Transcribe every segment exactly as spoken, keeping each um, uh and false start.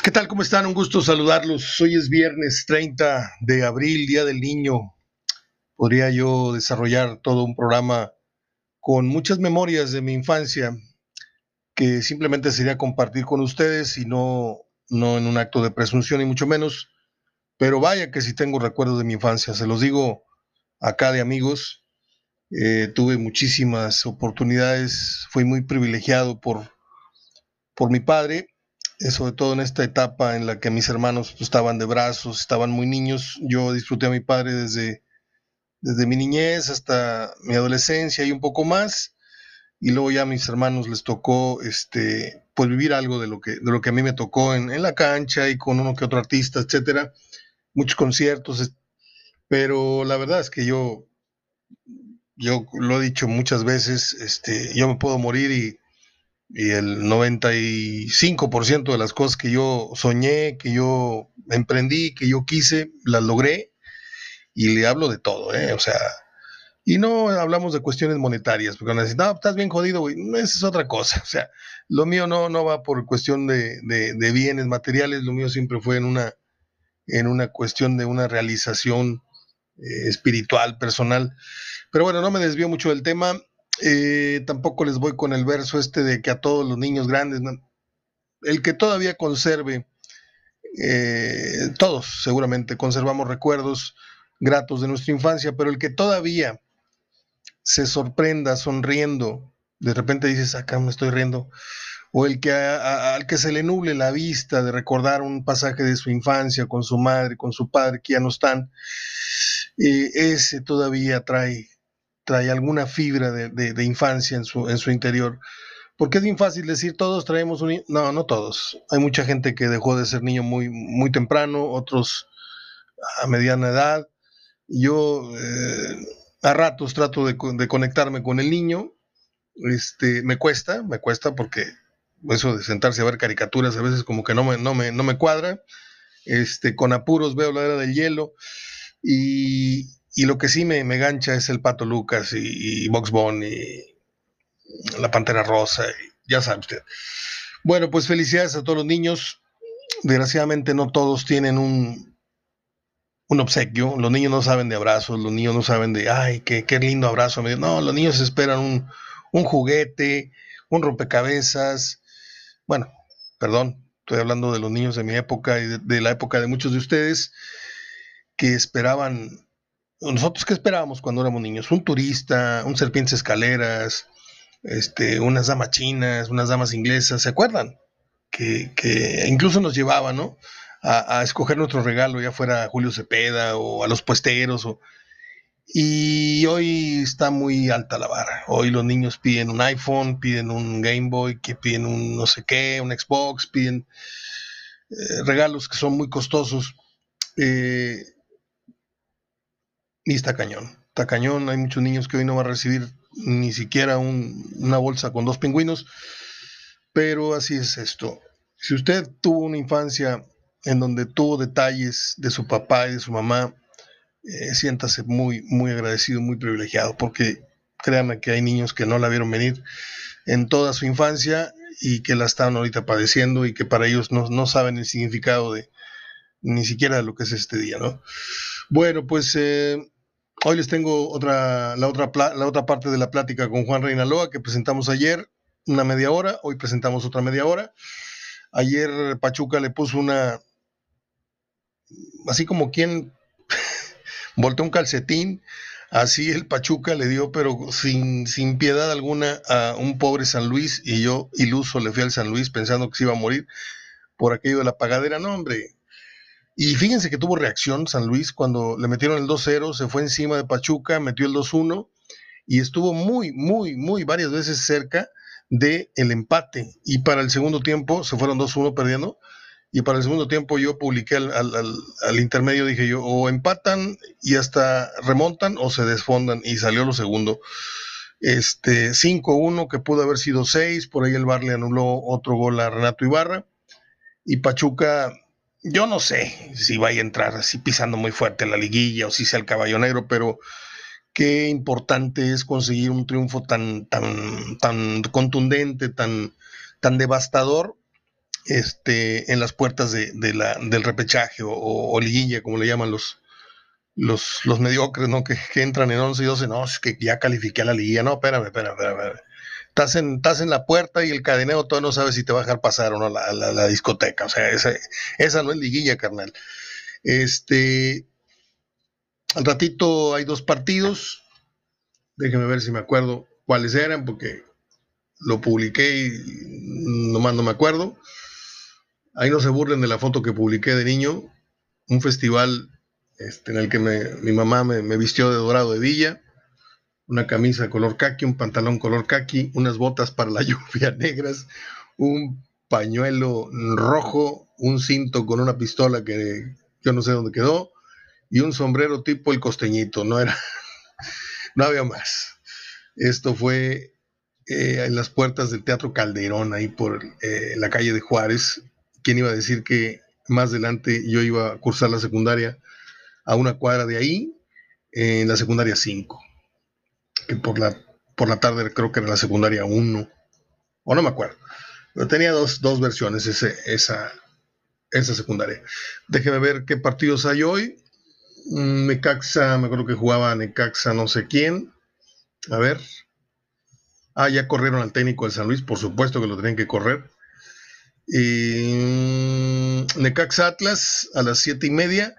¿Qué tal? ¿Cómo están? Un gusto saludarlos. Hoy es viernes treinta de abril, Día del Niño. Podría yo desarrollar todo un programa con muchas memorias de mi infancia que simplemente sería compartir con ustedes y no, no en un acto de presunción y mucho menos. Pero vaya que si tengo recuerdos de mi infancia, se los digo acá de amigos. Eh, tuve muchísimas oportunidades, fui muy privilegiado por, por mi padre, eh, sobre todo en esta etapa en la que mis hermanos pues, estaban de brazos, estaban muy niños. Yo disfruté a mi padre desde, desde mi niñez hasta mi adolescencia y un poco más, y luego ya a mis hermanos les tocó este, pues vivir algo de lo que, de lo que a mí me tocó en, en la cancha y con uno que otro artista, etcétera, muchos conciertos, pero la verdad es que yo, yo lo he dicho muchas veces, este, yo me puedo morir y y el noventa y cinco por ciento de las cosas que yo soñé, que yo emprendí, que yo quise, las logré, y le hablo de todo, ¿eh? O sea, y no hablamos de cuestiones monetarias, porque van a decir, no, estás bien jodido, güey, no, esa es otra cosa, o sea, lo mío no, no va por cuestión de, de, de bienes materiales, lo mío siempre fue en una, en una cuestión de una realización eh, espiritual, personal. Pero bueno, no me desvío mucho del tema. Eh, tampoco les voy con el verso este de que a todos los niños grandes, ¿no? El que todavía conserve, eh, todos seguramente conservamos recuerdos gratos de nuestra infancia, pero el que todavía se sorprenda sonriendo, de repente dices, acá me estoy riendo, o el que a, a, al que se le nuble la vista de recordar un pasaje de su infancia con su madre, con su padre, que ya no están, eh, ese todavía trae, trae alguna fibra de, de, de infancia en su, en su interior. Porque es bien fácil decir todos traemos un niño. No, no todos. Hay mucha gente que dejó de ser niño muy, muy temprano, otros a mediana edad. Yo eh, a ratos trato de, de, conectarme con el niño. Este, me cuesta, me cuesta porque eso de sentarse a ver caricaturas a veces como que no me, no me, no me cuadra. Este, con apuros veo la era del hielo y, y lo que sí me, me gancha es el Pato Lucas y, y Bugs Bunny y la Pantera Rosa, y ya sabe usted. Bueno, pues felicidades a todos los niños. Desgraciadamente no todos tienen un, un obsequio. Los niños no saben de abrazos, los niños no saben de, ay, qué, qué lindo abrazo. No, los niños esperan un, un juguete, un rompecabezas. Bueno, perdón, estoy hablando de los niños de mi época y de, de la época de muchos de ustedes que esperaban, nosotros qué esperábamos cuando éramos niños, un turista, un serpientes escaleras, este, unas damas chinas, unas damas inglesas, ¿se acuerdan? Que, que incluso nos llevaba, ¿no? A, a, escoger nuestro regalo, ya fuera Julio Cepeda o a los puesteros. O, y hoy está muy alta la vara. Hoy los niños piden un iPhone, piden un Game Boy, que piden un no sé qué, un Xbox, piden eh, regalos que son muy costosos. Eh, y está cañón, está cañón. Hay muchos niños que hoy no van a recibir ni siquiera un, una bolsa con dos pingüinos. Pero así es esto. Si usted tuvo una infancia en donde tuvo detalles de su papá y de su mamá, eh, siéntase muy, muy agradecido, muy privilegiado, porque créanme que hay niños que no la vieron venir en toda su infancia y que la están ahorita padeciendo y que para ellos no, no saben el significado de ni siquiera de lo que es este día, ¿no? Bueno, pues eh, hoy les tengo otra, la, otra, la otra parte de la plática con Juan Reinaloa que presentamos ayer, una media hora, hoy presentamos otra media hora. Ayer Pachuca le puso una, así como quien volteó un calcetín, así el Pachuca le dio, pero sin, sin piedad alguna, a un pobre San Luis, y yo iluso le fui al San Luis pensando que se iba a morir por aquello de la pagadera. No, hombre. Y fíjense que tuvo reacción San Luis cuando le metieron el dos cero, se fue encima de Pachuca, metió el dos uno y estuvo muy, muy, muy varias veces cerca del empate. Y para el segundo tiempo se fueron dos uno perdiendo. Y para el segundo tiempo yo publiqué al, al, al, al intermedio, dije yo, o empatan y hasta remontan o se desfondan, y salió lo segundo. Este cinco uno, que pudo haber sido seis, por ahí el V A R le anuló otro gol a Renato Ibarra, y Pachuca, yo no sé si vaya a entrar así pisando muy fuerte en la liguilla o si sea el caballo negro, pero qué importante es conseguir un triunfo tan, tan, tan contundente, tan, tan devastador este, en las puertas de, de la, del repechaje o, o, liguilla, como le llaman los, los, los mediocres, ¿no? Que, que entran en once y doce, no, es que ya califiqué a la liguilla, no, espérame, espérame, espérame. Estás en, estás en la puerta y el cadeneo todavía no sabe si te va a dejar pasar o no la, la, la discoteca, o sea, esa, esa no es liguilla, carnal. Este, al ratito hay dos partidos, déjeme ver si me acuerdo cuáles eran, porque lo publiqué y nomás no me acuerdo. Ahí no se burlen de la foto que publiqué de niño, un festival este, en el que me, mi mamá me, me vistió de dorado de villa, una camisa color caqui, un pantalón color caqui, unas botas para la lluvia negras, un pañuelo rojo, un cinto con una pistola que yo no sé dónde quedó, y un sombrero tipo el costeñito, no era, no había más. Esto fue eh, en las puertas del Teatro Calderón, ahí por eh, la calle de Juárez. ¿Quién iba a decir que más adelante yo iba a cursar la secundaria a una cuadra de ahí, en la secundaria cinco, que por la, por la tarde creo que era la secundaria uno, o no me acuerdo, pero tenía dos, dos versiones ese, esa, esa secundaria. Déjeme ver qué partidos hay hoy. Necaxa, me acuerdo que jugaba Necaxa no sé quién, a ver, ah, ya corrieron al técnico del San Luis, por supuesto que lo tenían que correr. Y Necaxa Atlas a las siete y media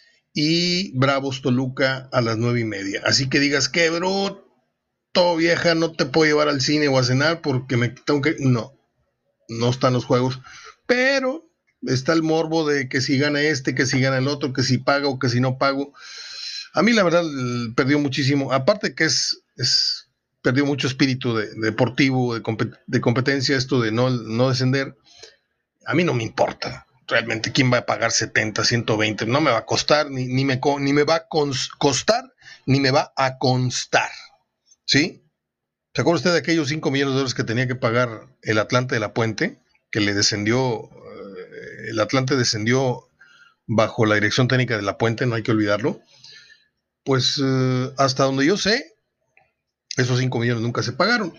y Bravos Toluca a las nueve y media. Así que digas, qué bruto, vieja, no te puedo llevar al cine o a cenar porque me tengo que. No, no están los juegos, pero está el morbo de que si gana este, que si gana el otro, que si pago, que si no pago. A mí la verdad perdió muchísimo, aparte que es, es perdió mucho espíritu de, de deportivo, de, compet de, competencia, esto de no, no descender. A mí no me importa realmente quién va a pagar setenta, ciento veinte, no me va a costar, ni, ni, me, ni me va a costar, ni me va a constar, ¿sí? ¿Se acuerda usted de aquellos cinco millones de dólares que tenía que pagar el Atlante de la Puente? Que le descendió, eh, el Atlante descendió bajo la dirección técnica de la Puente, no hay que olvidarlo. Pues eh, hasta donde yo sé, esos cinco millones nunca se pagaron.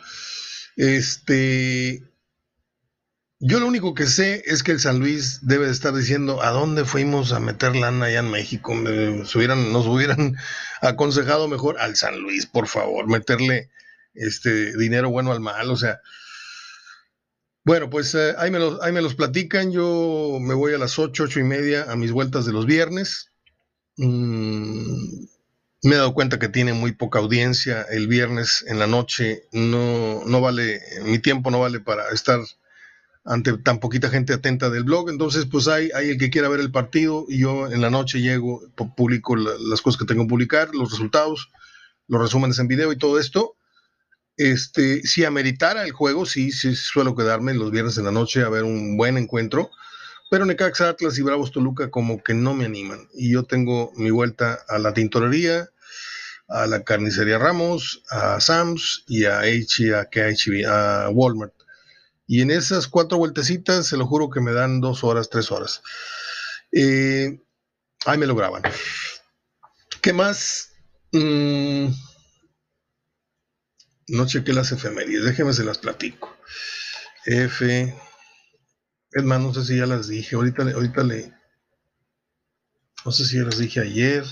Este, yo lo único que sé es que el San Luis debe de estar diciendo a dónde fuimos a meter lana allá en México. Nos hubieran, nos hubieran aconsejado mejor al San Luis, por favor, meterle este dinero bueno al mal, o sea. Bueno, pues eh, ahí, me los, ahí me los platican. Yo me voy a las ocho, ocho y media a mis vueltas de los viernes. Mm, me he dado cuenta que tiene muy poca audiencia el viernes en la noche. No, no vale, mi tiempo no vale para estar ante tan poquita gente atenta del blog. Entonces, pues hay, hay el que quiera ver el partido y yo en la noche llego, publico la, las cosas que tengo que publicar, los resultados, los resúmenes en video y todo esto. Este, si ameritara el juego, sí, sí suelo quedarme los viernes en la noche a ver un buen encuentro, pero Necaxa, Atlas y Bravos Toluca como que no me animan. Y yo tengo mi vuelta a la tintorería, a la carnicería Ramos, a Sam's y a H, a, a, a Walmart. Y en esas cuatro vueltecitas, se lo juro que me dan dos horas, tres horas. Eh, ahí me lo graban. ¿Qué más? Mm, no chequé las efemérides, déjenme se las platico. F. Es más, no sé si ya las dije. Ahorita, ahorita le. No sé si ya las dije ayer.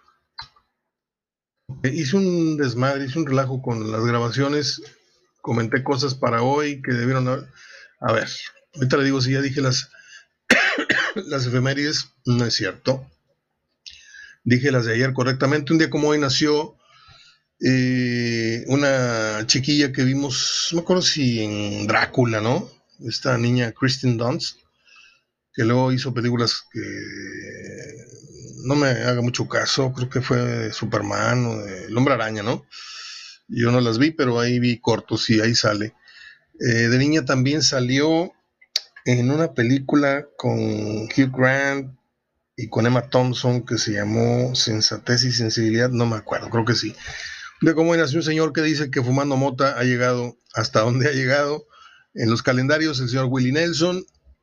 Hice un desmadre, hice un relajo con las grabaciones. Comenté cosas para hoy que debieron haber. A ver, ahorita le digo si ya dije las, las efemérides. No es cierto. Dije las de ayer correctamente. Un día como hoy nació eh, una chiquilla que vimos, no me acuerdo si en Drácula, ¿no? Esta niña Kristen Dunst, que luego hizo películas que no me haga mucho caso, creo que fue de Superman o de El Hombre Araña, ¿no? Yo no las vi, pero ahí vi cortos y ahí sale. Eh, de niña también salió en una película con Hugh Grant y con Emma Thompson que se llamó Sensatez y Sensibilidad, no me acuerdo, creo que sí. De cómo nació un señor que dice que fumando mota ha llegado hasta donde ha llegado. En los calendarios, el señor Willie Nelson,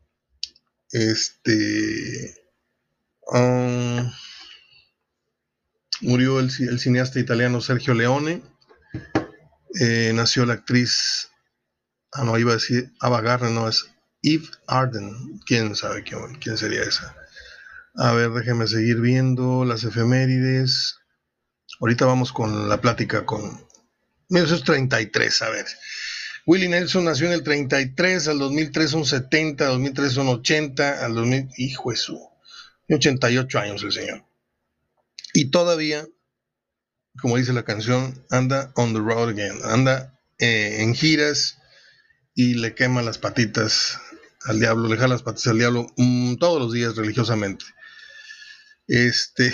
este, um, murió el, el, cineasta italiano Sergio Leone, eh, nació la actriz, ah no, iba a decir Ava Gardner, no, es Eve Arden, quién sabe quién, quién sería esa. A ver, déjeme seguir viendo las efemérides. Ahorita vamos con la plática con mil novecientos treinta y tres, a ver. Willie Nelson nació en el treinta y tres, al dos mil tres son setenta, al dos mil tres son ochenta, al dos mil, hijo de su, ochenta y ocho años el señor. Y todavía, como dice la canción, anda on the road again, anda eh, en giras y le quema las patitas al diablo, le jala las patitas al diablo mmm, todos los días religiosamente. Este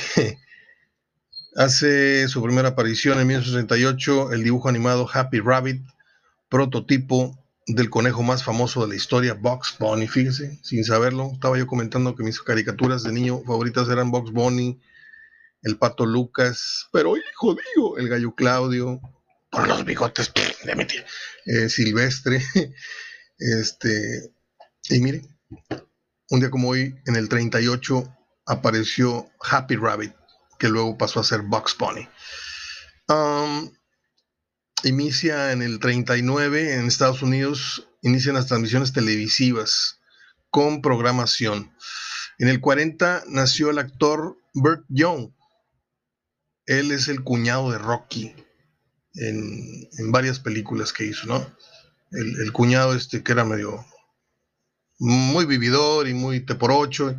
hace su primera aparición en mil novecientos treinta y ocho el dibujo animado Happy Rabbit, prototipo del conejo más famoso de la historia, Bugs Bunny. Fíjese, sin saberlo, estaba yo comentando que mis caricaturas de niño favoritas eran Bugs Bunny, el Pato Lucas, pero hijo mío, el Gallo Claudio, con los bigotes de mi tía, eh, Silvestre, este, y mire, un día como hoy, en el treinta y ocho, apareció Happy Rabbit, que luego pasó a ser Bugs Bunny. Um, inicia en el treinta y nueve en Estados Unidos, inician las transmisiones televisivas con programación. En el cuarenta nació el actor Burt Young. Él es el cuñado de Rocky en, en varias películas que hizo, ¿no? El, el cuñado este que era medio muy vividor y muy te por ocho.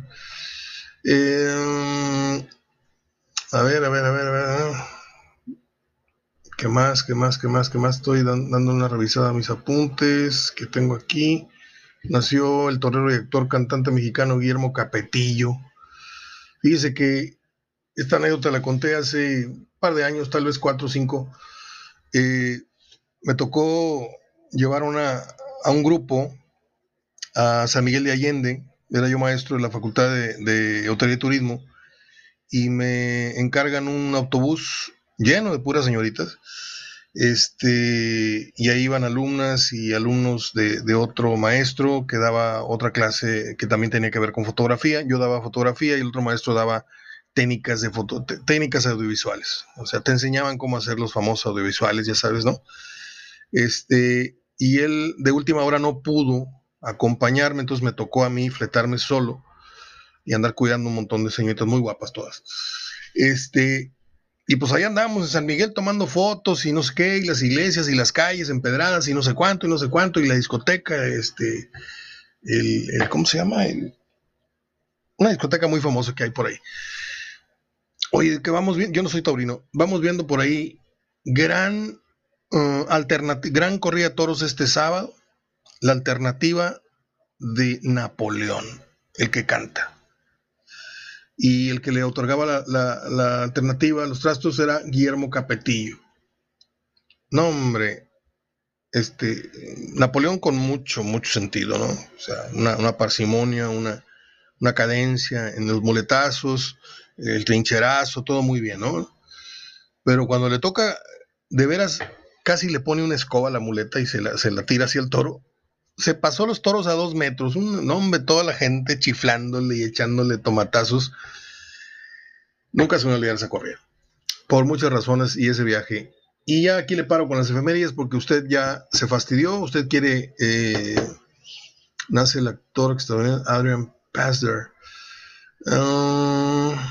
Eh, a ver, a ver, a ver, a ver. ¿Qué más? ¿Qué más? ¿Qué más? ¿Qué más? Estoy dando una revisada a mis apuntes que tengo aquí. Nació el torero y actor cantante mexicano Guillermo Capetillo. Fíjese que esta anécdota la conté hace un par de años, tal vez cuatro o cinco. Eh, me tocó llevar una, a un grupo a San Miguel de Allende. Era yo maestro de la Facultad de, de Hotelería y Turismo y me encargan un autobús lleno de puras señoritas. Este, y ahí iban alumnas y alumnos de, de otro maestro que daba otra clase que también tenía que ver con fotografía. Yo daba fotografía y el otro maestro daba técnicas de foto, técnicas audiovisuales. O sea, te enseñaban cómo hacer los famosos audiovisuales, ya sabes, ¿no? Este, y él de última hora no pudo acompañarme, entonces me tocó a mí fletarme solo y andar cuidando un montón de señoritas muy guapas todas. Este, y pues ahí andamos en San Miguel tomando fotos y no sé qué, y las iglesias y las calles empedradas y no sé cuánto y no sé cuánto, y la discoteca, este, el, el ¿cómo se llama? El, una discoteca muy famosa que hay por ahí. Oye, que vamos bien, yo no soy taurino, vamos viendo por ahí gran uh, alternativa, gran corrida de toros este sábado, la alternativa de Napoleón, el que canta. Y el que le otorgaba la, la, la alternativa a los trastos era Guillermo Capetillo. No, hombre, este, Napoleón con mucho, mucho sentido, ¿no? O sea, una, una parsimonia, una, una cadencia en los muletazos, el trincherazo, todo muy bien, ¿no? Pero cuando le toca, de veras, casi le pone una escoba a la muleta y se la, se la tira hacia el toro. Se pasó los toros a dos metros, un hombre, toda la gente chiflándole y echándole tomatazos. Nunca se me olvidará esa corrida, por muchas razones, y ese viaje. Y ya aquí le paro con las efemérides porque usted ya se fastidió, usted quiere... Eh, nace el actor estadounidense Adrian Pasdar. Uh,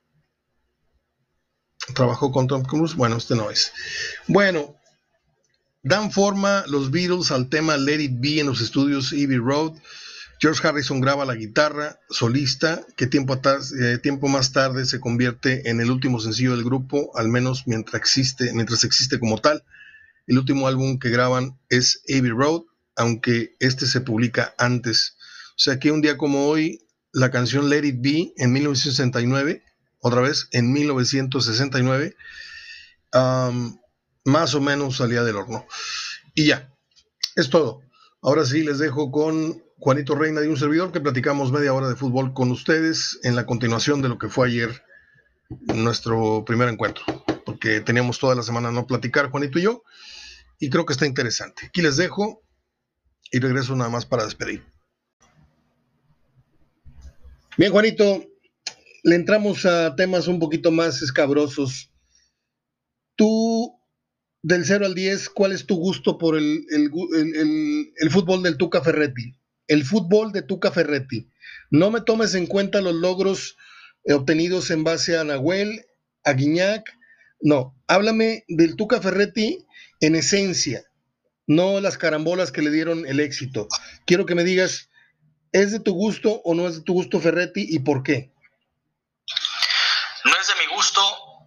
trabajó con Tom Cruise. Bueno, este no es. Bueno, dan forma los Beatles al tema Let It Be en los estudios Abbey Road. George Harrison graba la guitarra solista, que tiempo, atrás, eh, tiempo más tarde se convierte en el último sencillo del grupo, al menos mientras existe, mientras existe como tal. El último álbum que graban es Abbey Road, aunque este se publica antes. O sea que un día como hoy, la canción Let It Be en mil novecientos sesenta y nueve, otra vez en mil novecientos sesenta y nueve, um, más o menos salía del horno. Y ya, es todo. Ahora sí les dejo con Juanito Reina y un servidor que platicamos media hora de fútbol con ustedes en la continuación de lo que fue ayer nuestro primer encuentro, porque teníamos toda la semana no platicar Juanito y yo, y creo que está interesante. Aquí les dejo y regreso nada más para despedir. Bien, Juanito, le entramos a temas un poquito más escabrosos. Tú, del cero al diez, ¿cuál es tu gusto por el, el, el, el, el fútbol del Tuca Ferretti? el fútbol de Tuca Ferretti. No me tomes en cuenta los logros eh, obtenidos en base a Nahuel, a Guiñac. No, háblame del Tuca Ferretti en esencia, no las carambolas que le dieron el éxito. Quiero que me digas, ¿es de tu gusto o no es de tu gusto Ferretti y por qué? No es de mi gusto.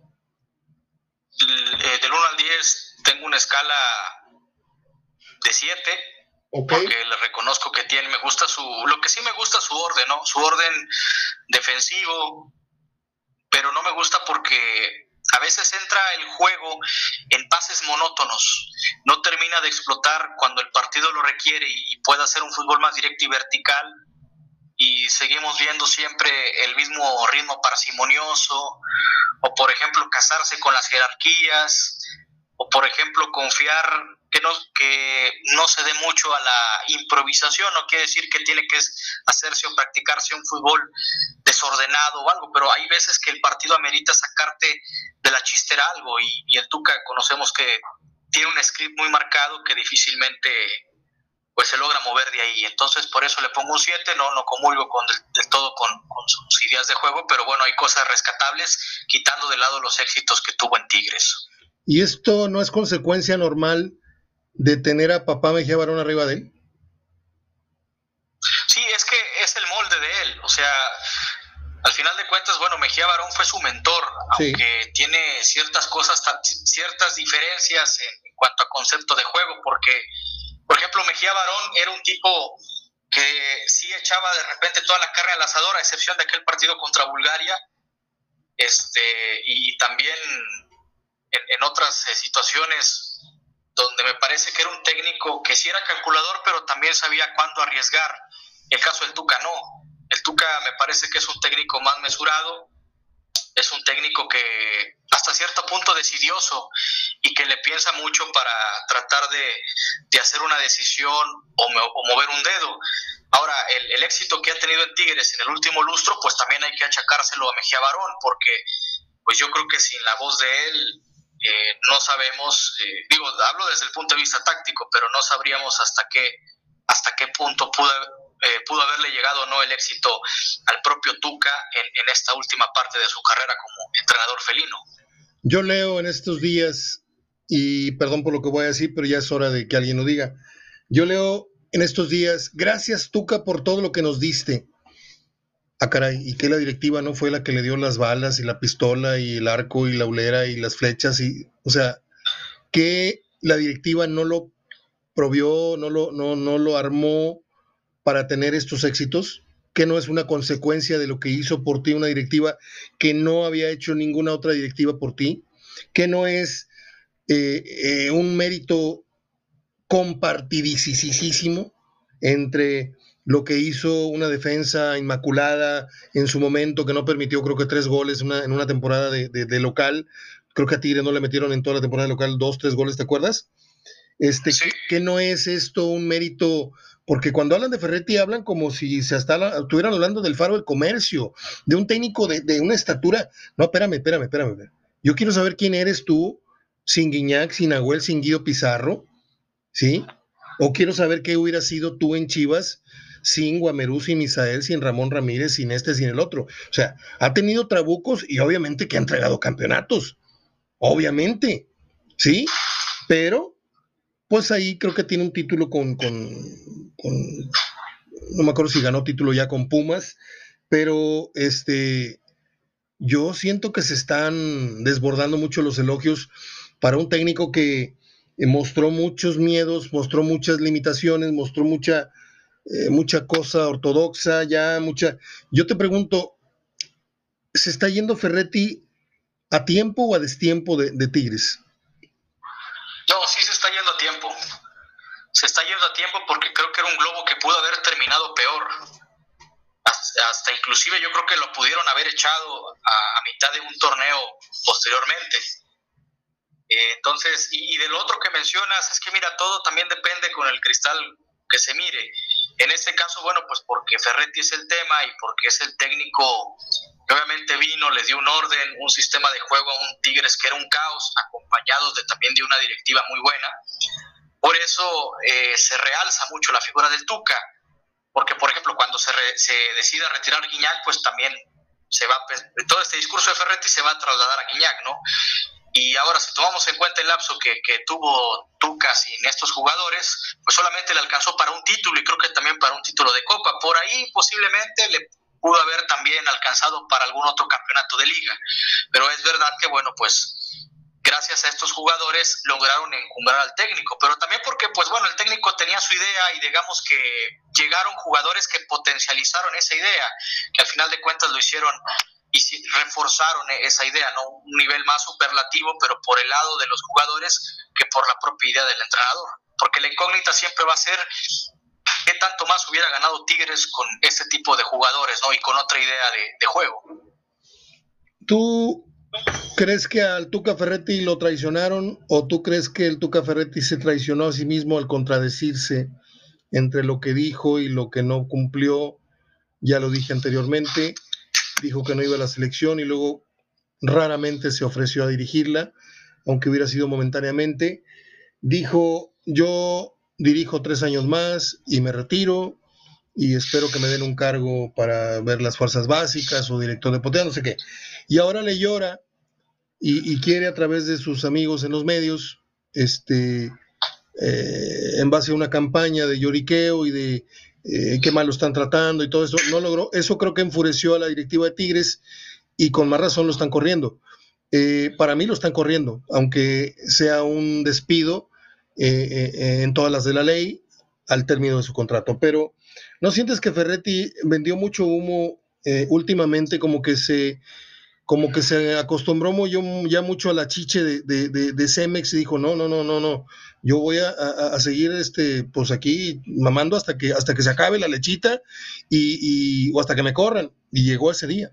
Eh, del uno al diez tengo una escala de siete. Okay. Porque le reconozco que tiene, me gusta su, lo que sí me gusta su orden, ¿no? Su orden defensivo, pero no me gusta porque a veces entra el juego en pases monótonos, no termina de explotar cuando el partido lo requiere y puede hacer un fútbol más directo y vertical, y seguimos viendo siempre el mismo ritmo parsimonioso, o por ejemplo casarse con las jerarquías, o por ejemplo confiar que no, que no se dé mucho a la improvisación. No quiere decir que tiene que hacerse o practicarse un fútbol desordenado o algo, pero hay veces que el partido amerita sacarte de la chistera algo, y, y el Tuca conocemos que tiene un script muy marcado que difícilmente pues se logra mover de ahí. Entonces por eso le pongo un siete. No, no comulgo con del, del todo con, con sus ideas de juego, pero bueno, hay cosas rescatables, quitando de lado los éxitos que tuvo en Tigres. ¿Y esto no es consecuencia normal de tener a Papá Mejía Barón arriba de él? Sí, es que es el molde de él. O sea, al final de cuentas, bueno, Mejía Barón fue su mentor, sí, aunque tiene ciertas cosas, ciertas diferencias en, en cuanto a concepto de juego, porque, por ejemplo, Mejía Barón era un tipo que sí echaba de repente toda la carne al asador, a excepción de aquel partido contra Bulgaria, este, y también en, en otras eh, situaciones donde me parece que era un técnico que sí era calculador, pero también sabía cuándo arriesgar. El caso del Tuca no. El Tuca me parece que es un técnico más mesurado, es un técnico que hasta cierto punto decidioso y que le piensa mucho para tratar de, de hacer una decisión o, me, o mover un dedo. Ahora, el, el éxito que ha tenido en Tigres en el último lustro, pues también hay que achacárselo a Mejía Barón, porque pues yo creo que sin la voz de él eh, no sabemos, eh, digo, hablo desde el punto de vista táctico, pero no sabríamos hasta qué, hasta qué punto pudo Eh, pudo haberle llegado o no el éxito al propio Tuca en, en esta última parte de su carrera como entrenador felino. Yo leo en estos días, y perdón por lo que voy a decir, pero ya es hora de que alguien lo diga. Yo leo en estos días, gracias Tuca por todo lo que nos diste. Ah, caray, y que la directiva no fue la que le dio las balas y la pistola y el arco y la ulera y las flechas, y, o sea, que la directiva no lo provió, no lo, no, no lo armó para tener estos éxitos, que no es una consecuencia de lo que hizo por ti una directiva que no había hecho ninguna otra directiva por ti, que no es eh, eh, un mérito compartidísimo entre lo que hizo una defensa inmaculada en su momento, que no permitió creo que tres goles una, en una temporada de, de, de local. Creo que a Tigre no le metieron en toda la temporada de local dos, tres goles, ¿te acuerdas? Este, sí. ¿Que no es esto un mérito? Porque cuando hablan de Ferretti hablan como si se hasta la, estuvieran hablando del Faro del Comercio, de un técnico de, de una estatura. No, espérame, espérame, espérame. Yo quiero saber quién eres tú, sin Guiñac, sin Nahuel, sin Guido Pizarro, ¿sí? O quiero saber qué hubiera sido tú en Chivas sin Guamerú, sin Misael, sin Ramón Ramírez, sin este, sin el otro. O sea, ha tenido trabucos y obviamente que ha entregado campeonatos. Obviamente, ¿sí? Pero pues ahí creo que tiene un título con, con, con, no me acuerdo si ganó título ya con Pumas, pero este, yo siento que se están desbordando mucho los elogios para un técnico que eh, mostró muchos miedos, mostró muchas limitaciones, mostró mucha, eh, mucha cosa ortodoxa, ya mucha. Yo te pregunto, ¿se está yendo Ferretti a tiempo o a destiempo de, de Tigres? No, sí se está yendo a tiempo. Se está yendo a tiempo porque creo que era un globo que pudo haber terminado peor. Hasta, hasta inclusive yo creo que lo pudieron haber echado a, a mitad de un torneo posteriormente. Eh, entonces, y, y de lo otro que mencionas, es que mira, todo también depende con el cristal que se mire. En este caso, bueno, pues porque Ferretti es el tema y porque es el técnico que obviamente vino, les dio un orden, un sistema de juego a un Tigres que era un caos, acompañados de, también de una directiva muy buena. Por eso eh, se realza mucho la figura del Tuca. porque por ejemplo cuando se, re, se decida retirar Guiñac, pues también se va, todo este discurso de Ferretti se va a trasladar a Guiñac, ¿no? Y ahora, si tomamos en cuenta el lapso que, que tuvo Tuca sin estos jugadores, pues solamente le alcanzó para un título y creo que también para un título de Copa. Por ahí posiblemente le pudo haber también alcanzado para algún otro campeonato de liga. Pero es verdad que, bueno, pues gracias a estos jugadores lograron encumbrar al técnico, pero también porque, pues bueno, el técnico tenía su idea y digamos que llegaron jugadores que potencializaron esa idea, que al final de cuentas lo hicieron y reforzaron esa idea, ¿no? Un nivel más superlativo, pero por el lado de los jugadores que por la propia idea del entrenador. Porque la incógnita siempre va a ser qué tanto más hubiera ganado Tigres con este tipo de jugadores, ¿no? Y con otra idea de, de juego. ¿Tú crees que al Tuca Ferretti lo traicionaron o tú crees que el Tuca Ferretti se traicionó a sí mismo al contradecirse entre lo que dijo y lo que no cumplió? Ya lo dije anteriormente, dijo que no iba a la selección y luego raramente se ofreció a dirigirla, aunque hubiera sido momentáneamente. Dijo, yo dirijo tres años más y me retiro y espero que me den un cargo para ver las fuerzas básicas o director de deportivo, no sé qué. Y ahora le llora y, y quiere a través de sus amigos en los medios, este, eh, en base a una campaña de lloriqueo y de eh, qué mal lo están tratando y todo eso, no logró. Eso creo que enfureció a la directiva de Tigres y con más razón lo están corriendo. Eh, para mí lo están corriendo, aunque sea un despido eh, eh, en todas las de la ley al término de su contrato. Pero ¿no sientes que Ferretti vendió mucho humo eh, últimamente, como que se como que se acostumbró muy, ya mucho a la chiche de, de, de, de Cemex y dijo, no, no, no, no, no, yo voy a, a, a seguir este, pues aquí mamando hasta que, hasta que se acabe la lechita y, y, o hasta que me corran? Y llegó ese día.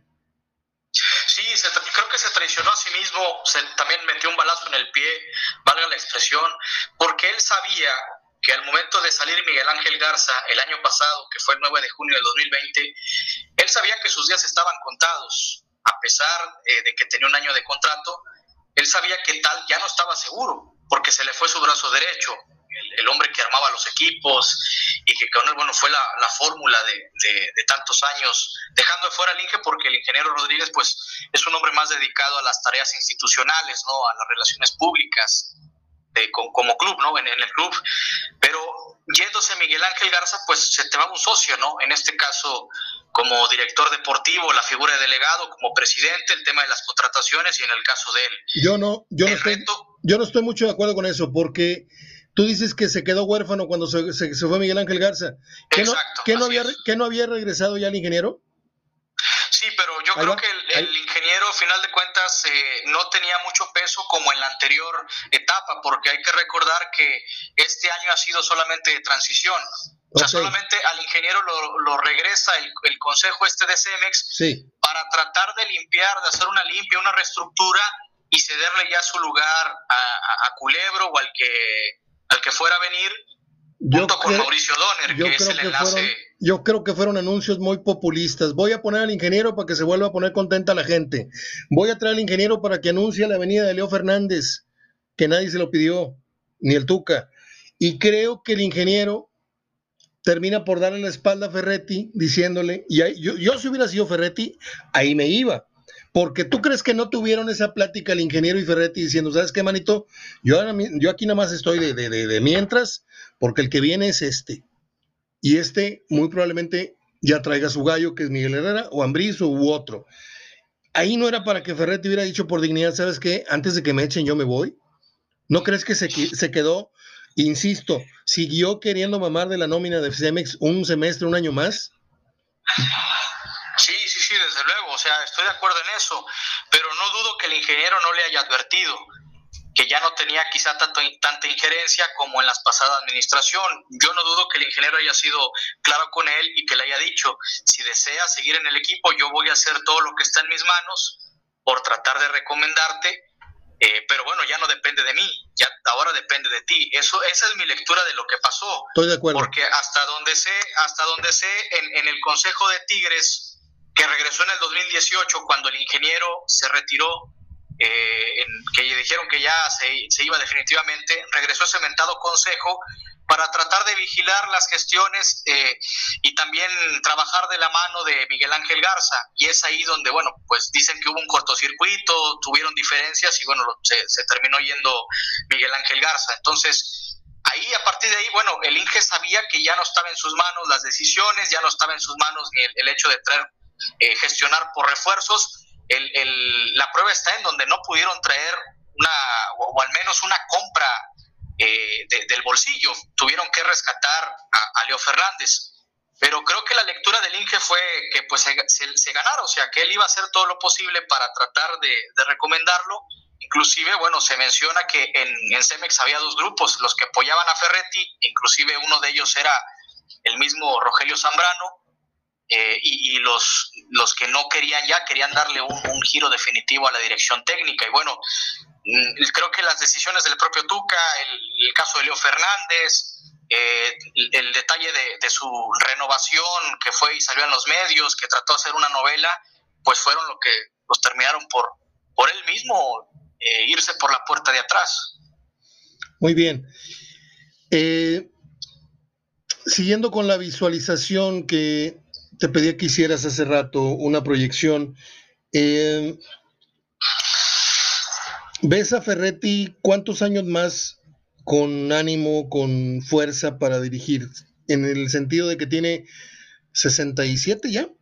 Sí, se, creo que se traicionó a sí mismo, se, también metió un balazo en el pie, valga la expresión, porque él sabía que al momento de salir Miguel Ángel Garza el año pasado, que fue el nueve de junio del dos mil veinte, él sabía que sus días estaban contados. A pesar eh, de que tenía un año de contrato, él sabía que tal ya no estaba seguro, porque se le fue su brazo derecho, el, el hombre que armaba los equipos y que con él, bueno, fue la, la fórmula de, de, de tantos años, dejando de fuera al Inge, porque el ingeniero Rodríguez, pues, es un hombre más dedicado a las tareas institucionales, ¿no? A las relaciones públicas, de, con, como club, ¿no? En, en el club, pero yéndose Miguel Ángel Garza, pues se te va un socio, ¿no? En este caso, como director deportivo, la figura de delegado, como presidente, el tema de las contrataciones y en el caso de él. Yo no, yo no, estoy, reto, yo no estoy mucho de acuerdo con eso, porque tú dices que se quedó huérfano cuando se, se, se fue Miguel Ángel Garza. ¿Qué, exacto, no, ¿qué, no había, ¿Qué no había regresado ya el ingeniero? Sí, pero yo ahí creo va, que el, el ingeniero, a final de cuentas, eh, no tenía mucho peso como en la anterior etapa, porque hay que recordar que este año ha sido solamente de transición. O sea, okay. solamente al ingeniero lo, lo regresa el, el consejo este de Cemex sí. para tratar de limpiar, de hacer una limpia, una reestructura y cederle ya su lugar a, a, a Culebro o al que, al que fuera a venir, yo junto creo, con Mauricio Donner, yo que creo es el que enlace... Fueron, yo creo que fueron anuncios muy populistas. Voy a poner al ingeniero para que se vuelva a poner contenta la gente. Voy a traer al ingeniero para que anuncie la venida de Leo Fernández, que nadie se lo pidió, ni el Tuca. Y creo que el ingeniero termina por darle la espalda a Ferretti, diciéndole, y ahí, yo, yo si hubiera sido Ferretti, ahí me iba. Porque tú crees que no tuvieron esa plática el ingeniero y Ferretti diciendo, ¿sabes qué, manito? Yo, ahora, yo aquí nada más estoy de, de, de, de mientras, porque el que viene es este. Y este muy probablemente ya traiga su gallo, que es Miguel Herrera, o Ambriz, u otro. Ahí no era para que Ferretti hubiera dicho por dignidad, ¿sabes qué? Antes de que me echen yo me voy. ¿No crees que se, se quedó, insisto, siguió queriendo mamar de la nómina de Cemex un semestre, un año más? Sí, sí, sí, desde luego, o sea, estoy de acuerdo en eso, pero no dudo que el ingeniero no le haya advertido que ya no tenía quizá tanto, tanta injerencia como en las pasadas administración. Yo no dudo que el ingeniero haya sido claro con él y que le haya dicho, si desea seguir en el equipo, yo voy a hacer todo lo que está en mis manos por tratar de recomendarte, eh, pero bueno, ya no depende de mí, ya ahora depende de ti. Eso, esa es mi lectura de lo que pasó. Estoy de acuerdo. Porque hasta donde sé, hasta donde sé en, en el Consejo de Tigres, que regresó en el dos mil dieciocho, cuando el ingeniero se retiró, eh, en, que dijeron que ya se, se iba definitivamente, regresó ese mentado consejo, para tratar de vigilar las gestiones eh, y también trabajar de la mano de Miguel Ángel Garza, y es ahí donde, bueno, pues dicen que hubo un cortocircuito, tuvieron diferencias y bueno, se, se terminó yendo Miguel Ángel Garza. Entonces, ahí, a partir de ahí, bueno, el Inge sabía que ya no estaba en sus manos las decisiones, ya no estaba en sus manos ni el, el hecho de traer, eh, gestionar por refuerzos. El, el, la prueba está en donde no pudieron traer una, o, o al menos una compra Eh, de, del bolsillo, tuvieron que rescatar a, a Leo Fernández, pero creo que la lectura del Inge fue que pues se, se, se ganara, o sea que él iba a hacer todo lo posible para tratar de, de recomendarlo. Inclusive, bueno, se menciona que en, en Cemex había dos grupos, los que apoyaban a Ferretti, inclusive uno de ellos era el mismo Rogelio Zambrano, eh, y, y los, los que no querían ya, querían darle un, un giro definitivo a la dirección técnica. Y bueno, creo que las decisiones del propio Tuca, el, el caso de Leo Fernández, eh, el, el detalle de, de su renovación que fue y salió en los medios, que trató de hacer una novela, pues fueron lo que los terminaron por, por él mismo eh, irse por la puerta de atrás. Muy bien. Eh, siguiendo con la visualización que te pedí que hicieras hace rato, una proyección, eh, ¿ves a Ferretti cuántos años más con ánimo, con fuerza para dirigir? En el sentido de que tiene sesenta y siete ya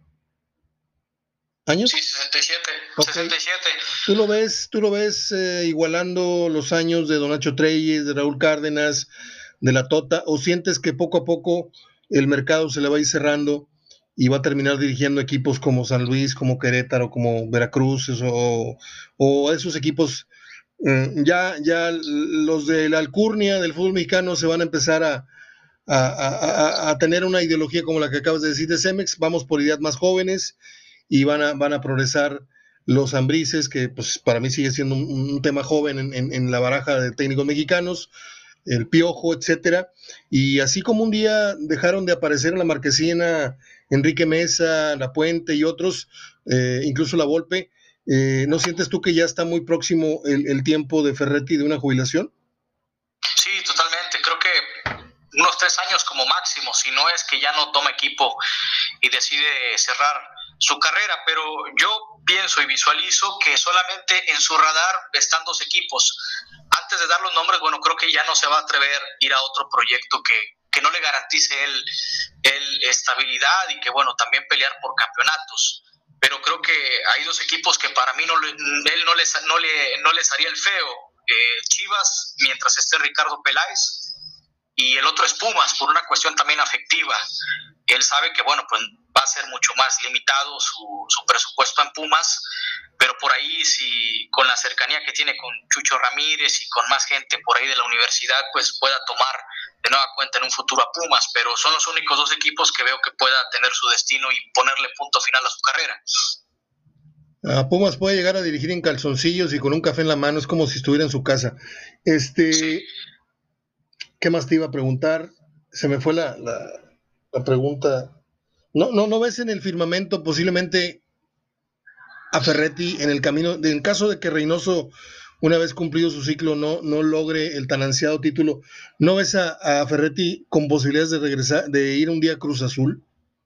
años. Sí, sesenta y siete. Okay. sesenta y siete. ¿Tú lo ves, tú lo ves eh, igualando los años de Don Nacho Treyes, de Raúl Cárdenas, de la Tota, o sientes que poco a poco el mercado se le va a ir cerrando y va a terminar dirigiendo equipos como San Luis, como Querétaro, como Veracruz, o, o esos equipos? Mm, ya, ya los de la alcurnia del fútbol mexicano se van a empezar a, a, a, a tener una ideología como la que acabas de decir de Cemex. Vamos por ideas más jóvenes y van a, van a progresar los Ambrices, que pues para mí sigue siendo un, un tema joven en, en, en la baraja de técnicos mexicanos, el Piojo, etcétera. Y así como un día dejaron de aparecer en la marquesina Enrique Mesa, La Puente y otros, eh, incluso La Volpe, Eh, ¿no sientes tú que ya está muy próximo el, el tiempo de Ferretti de una jubilación? Sí, totalmente. Creo que unos tres años como máximo, si no es que ya no toma equipo y decide cerrar su carrera, pero yo pienso y visualizo que solamente en su radar están dos equipos. Antes de dar los nombres, bueno, creo que ya no se va a atrever a ir a otro proyecto que, que no le garantice él, él estabilidad y que, bueno, también pelear por campeonatos. Pero creo que hay dos equipos que para mí no le, él no les, no, le, no les haría el feo. Eh, Chivas, mientras esté Ricardo Peláez, y el otro es Pumas, por una cuestión también afectiva. Él sabe que, bueno, pues va a ser mucho más limitado su, su presupuesto en Pumas, pero por ahí, si con la cercanía que tiene con Chucho Ramírez y con más gente por ahí de la universidad, pues pueda tomar de nueva cuenta en un futuro a Pumas, pero son los únicos dos equipos que veo que pueda tener su destino y ponerle punto final a su carrera. A Pumas puede llegar a dirigir en calzoncillos y con un café en la mano, es como si estuviera en su casa. Este, sí. ¿Qué más te iba a preguntar? Se me fue la, la, la pregunta. ¿No, no, ¿No ves en el firmamento posiblemente a Ferretti en el camino, en el caso de que Reynoso, una vez cumplido su ciclo, no, no logre el tan ansiado título? ¿No ves a, a Ferretti con posibilidades de regresar, de ir un día a Cruz Azul?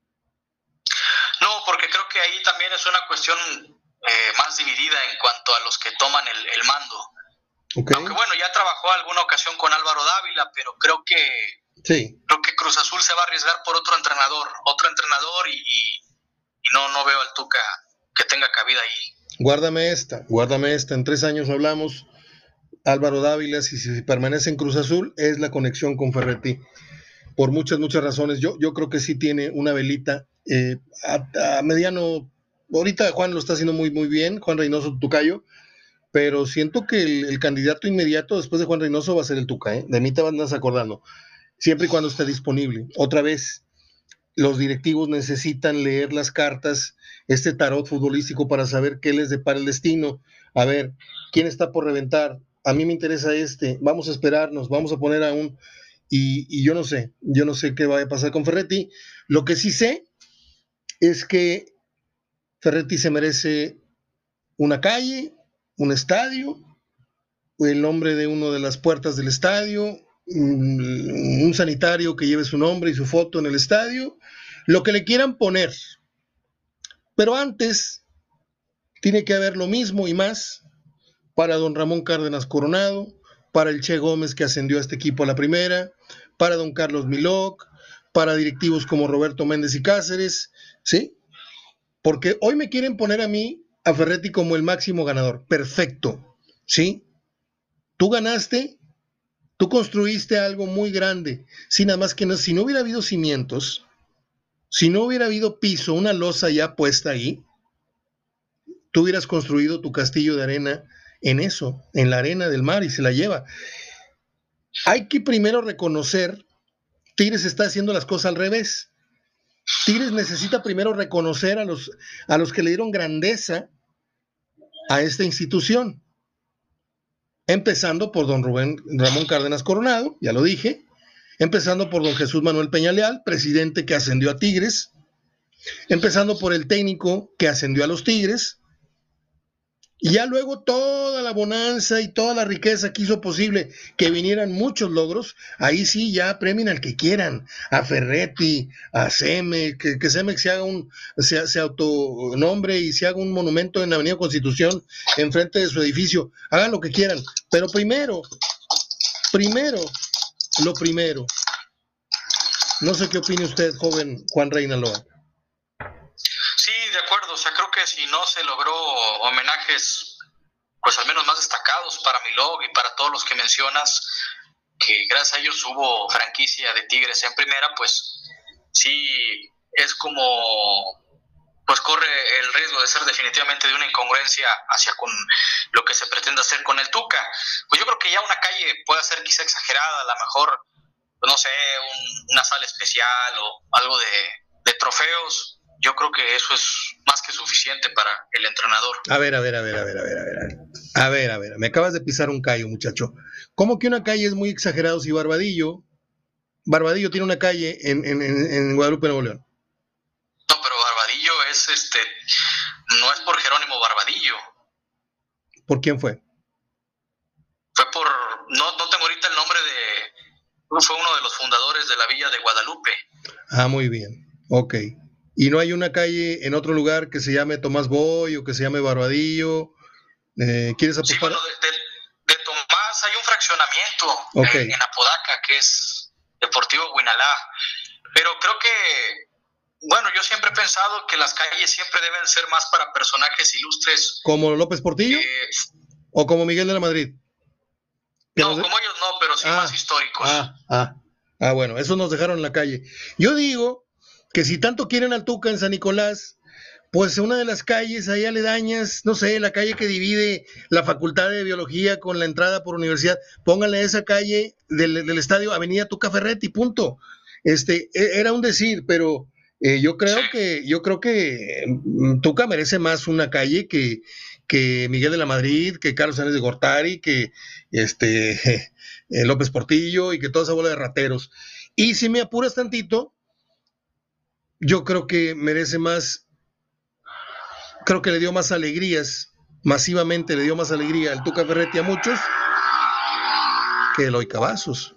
No, porque creo que ahí también es una cuestión eh, más dividida en cuanto a los que toman el, el mando. Okay. Aunque bueno, ya trabajó alguna ocasión con Álvaro Dávila, pero creo que sí. creo que Cruz Azul se va a arriesgar por otro entrenador, otro entrenador y, y, y no, no veo al Tuca que tenga cabida ahí. Guárdame esta, guárdame esta, en tres años hablamos, Álvaro Dávila, si, si permanece en Cruz Azul, es la conexión con Ferretti, por muchas, muchas razones. Yo, yo creo que sí tiene una velita eh, a, a mediano, ahorita Juan lo está haciendo muy, muy bien, Juan Reynoso Tucayo, pero siento que el, el candidato inmediato después de Juan Reynoso va a ser el Tuca, ¿eh? De mí te vas acordando, siempre y cuando esté disponible. Otra vez, los directivos necesitan leer las cartas, este tarot futbolístico, para saber qué les depara el destino. A ver, ¿quién está por reventar? A mí me interesa este, vamos a esperarnos, vamos a poner a un... Y, y yo no sé, yo no sé qué va a pasar con Ferretti. Lo que sí sé es que Ferretti se merece una calle, un estadio, el nombre de una de las puertas del estadio, un sanitario que lleve su nombre y su foto en el estadio, lo que le quieran poner. Pero antes tiene que haber lo mismo y más para don Ramón Cárdenas Coronado, para el Che Gómez que ascendió a este equipo a la primera, para don Carlos Milok, para directivos como Roberto Méndez y Cáceres, ¿sí? Porque hoy me quieren poner a mí, a Ferretti, como el máximo ganador. Perfecto, ¿sí? Tú ganaste, tú construiste algo muy grande. Sí, nada más que no, si no hubiera habido cimientos, si no hubiera habido piso, una losa ya puesta ahí, tú hubieras construido tu castillo de arena en eso, en la arena del mar, y se la lleva. Hay que primero reconocer, Tigres está haciendo las cosas al revés. Tigres necesita primero reconocer a los, a los que le dieron grandeza a esta institución. Empezando por don Rubén Ramón Cárdenas Coronado, ya lo dije, empezando por don Jesús Manuel Peñaleal, presidente que ascendió a Tigres, empezando por el técnico que ascendió a los Tigres, y ya luego toda la bonanza y toda la riqueza que hizo posible que vinieran muchos logros, ahí sí ya premien al que quieran, a Ferretti, a Cemex, que, que Cemex se haga un, se, se autonombre y se haga un monumento en la Avenida Constitución enfrente de su edificio, hagan lo que quieran, pero primero, primero, lo primero, no sé qué opine usted, joven Juan Reynaloa. Sí, de acuerdo, o sea, creo que si no se logró homenajes, pues al menos más destacados para Milok y para todos los que mencionas, que gracias a ellos hubo franquicia de Tigres en primera, pues sí es como, pues corre el riesgo de ser definitivamente de una incongruencia hacia con lo que se pretende hacer con el Tuca. Pues yo creo que ya una calle puede ser quizá exagerada, a lo mejor, pues no sé, un, una sala especial o algo de, de trofeos. Yo creo que eso es más que suficiente para el entrenador. A ver, a ver, a ver, a ver, a ver, a ver. A ver, a ver, me acabas de pisar un callo, muchacho. ¿Cómo que una calle es muy exagerado si Barbadillo, Barbadillo tiene una calle en, en, en Guadalupe, Nuevo León? No, pero Barbadillo es, este, no es por Jerónimo Barbadillo. ¿Por quién fue? Fue por, no, no tengo ahorita el nombre de, fue uno de los fundadores de la Villa de Guadalupe. Ah, muy bien, ok. ¿Y no hay una calle en otro lugar que se llame Tomás Boy o que se llame Barbadillo? Eh, ¿Quieres apostar? Sí, bueno, de, de, de Tomás hay un fraccionamiento okay. en, en Apodaca, que es Deportivo Guinalá. Pero creo que, bueno, yo siempre he pensado que las calles siempre deben ser más para personajes ilustres. ¿Como López Portillo? Eh, ¿O como Miguel de la Madrid? No, nos... como ellos no, pero sí ah, más históricos. Ah, ah, ah, bueno, esos nos dejaron en la calle. Yo digo que si tanto quieren al Tuca en San Nicolás, pues una de las calles ahí aledañas, no sé, la calle que divide la Facultad de Biología con la entrada por universidad, pónganle esa calle del, del estadio Avenida Tuca Ferretti, punto. Este, era un decir, pero eh, yo creo que, yo creo que Tuca merece más una calle que, que Miguel de la Madrid, que Carlos Sáenz de Gortari, que este eh, López Portillo y que toda esa bola de rateros. Y si me apuras tantito, yo creo que merece más, creo que le dio más alegrías, masivamente le dio más alegría al Tuca Ferretti a muchos que Eloy Cavazos.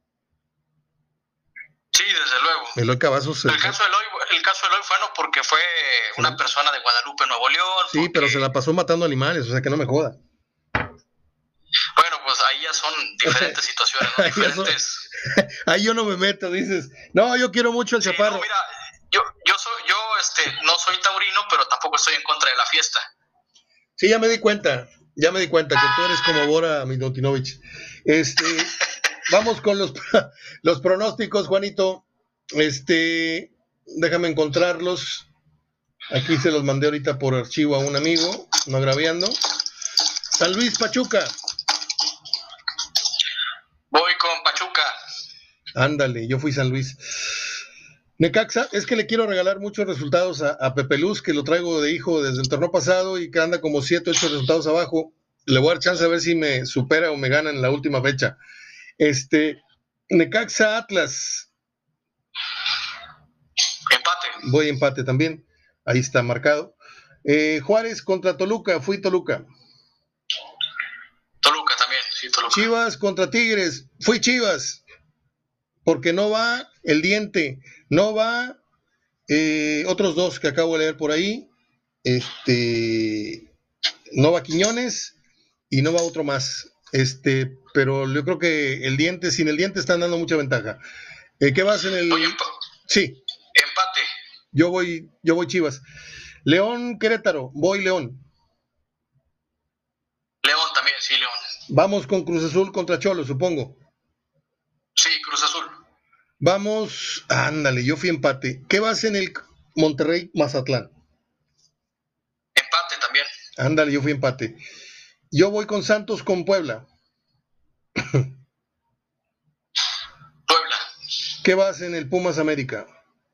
Sí, desde luego. Eloy Cavazos. El, el caso de Eloy, el caso de Eloy fue no porque fue sí. una persona de Guadalupe, Nuevo León. Sí, porque... pero se la pasó matando animales, o sea que no me joda. Bueno, pues ahí ya son diferentes situaciones, ¿no? Diferentes. Son... ahí yo no me meto, dices. No, yo quiero mucho al sí, Chaparro. No, mira, yo, yo soy, yo este, no soy taurino, pero tampoco estoy en contra de la fiesta. Sí, ya me di cuenta, ya me di cuenta que tú eres como Bora Milutinovich. Este, vamos con los, los pronósticos, Juanito. Este, déjame encontrarlos. Aquí se los mandé ahorita por archivo a un amigo, no agraviando. San Luis Pachuca. Voy con Pachuca. Ándale, yo fui San Luis. Necaxa, es que le quiero regalar muchos resultados a, a Pepe Luz, que lo traigo de hijo desde el torneo pasado y que anda como siete, ocho resultados abajo. Le voy a dar chance a ver si me supera o me gana en la última fecha. Este, Necaxa Atlas. Empate. Voy empate también. Ahí está marcado. Eh, Juárez contra Toluca. Fui Toluca. Toluca también, sí, Toluca. Chivas contra Tigres. Fui Chivas. Porque no va el Diente. No va eh, otros dos que acabo de leer por ahí. Este. No va Quiñones y no va otro más. Este, pero yo creo que el Diente, sin el Diente están dando mucha ventaja. Eh, ¿Qué vas en el...? Oye, sí. Empate. Yo voy, yo voy Chivas. León, Querétaro, voy León. León también, sí, León. Vamos con Cruz Azul contra Cholo, supongo. Sí, Cruz Azul. Vamos, ándale, yo fui empate. ¿Qué vas en el Monterrey, Mazatlán? Empate también. Ándale, yo fui empate. Yo voy con Santos con Puebla. Puebla. ¿Qué vas en el Pumas América?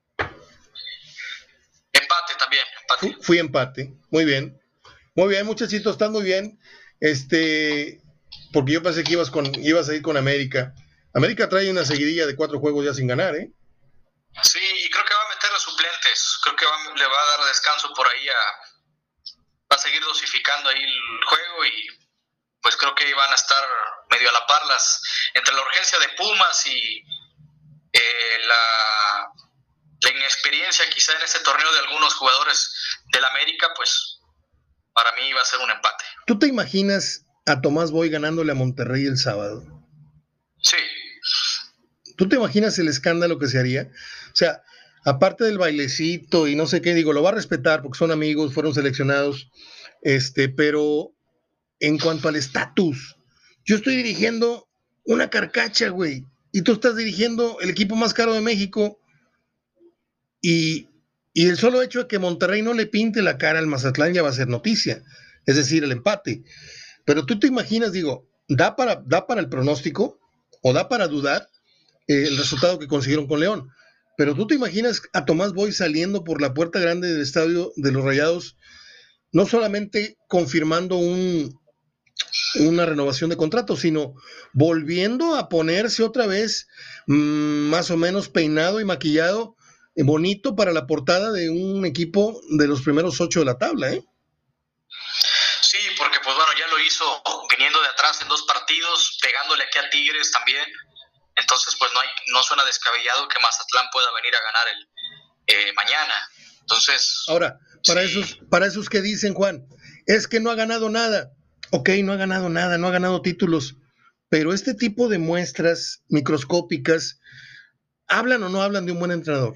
Empate también, empate. Fui, fui empate, muy bien. Muy bien, muchachitos, están muy bien. Este, porque yo pensé que ibas con, ibas a ir con América. América trae una seguidilla de cuatro juegos ya sin ganar, ¿eh? Sí, y creo que va a meter a suplentes. Creo que va, le va a dar descanso por ahí a... Va a seguir dosificando ahí el juego y pues creo que van a estar medio a la par las, entre la urgencia de Pumas y eh, la, la inexperiencia quizá en este torneo de algunos jugadores del América, pues para mí va a ser un empate. ¿Tú te imaginas a Tomás Boy ganándole a Monterrey el sábado? Sí. ¿Tú te imaginas el escándalo que se haría? O sea, aparte del bailecito y no sé qué, digo, lo va a respetar porque son amigos, fueron seleccionados, este, pero en cuanto al estatus, yo estoy dirigiendo una carcacha, güey, y tú estás dirigiendo el equipo más caro de México y, y el solo hecho de que Monterrey no le pinte la cara al Mazatlán ya va a ser noticia, es decir, el empate. Pero tú te imaginas, digo, ¿da para, da para el pronóstico o da para dudar eh, el resultado que consiguieron con León? Pero tú te imaginas a Tomás Boy saliendo por la puerta grande del estadio de los Rayados, no solamente confirmando un, una renovación de contrato, sino volviendo a ponerse otra vez mmm, más o menos peinado y maquillado, eh, bonito para la portada de un equipo de los primeros ocho de la tabla, ¿eh? Sí, porque pues bueno, ya lo hizo viniendo de atrás en dos partidos, pegándole aquí a Tigres también. Entonces, pues no hay, no suena descabellado que Mazatlán pueda venir a ganar el eh, mañana. Entonces. Ahora, para sí. esos, para esos que dicen, Juan, es que no ha ganado nada. Ok, no ha ganado nada, no ha ganado títulos. Pero este tipo de muestras microscópicas, ¿hablan o no hablan de un buen entrenador?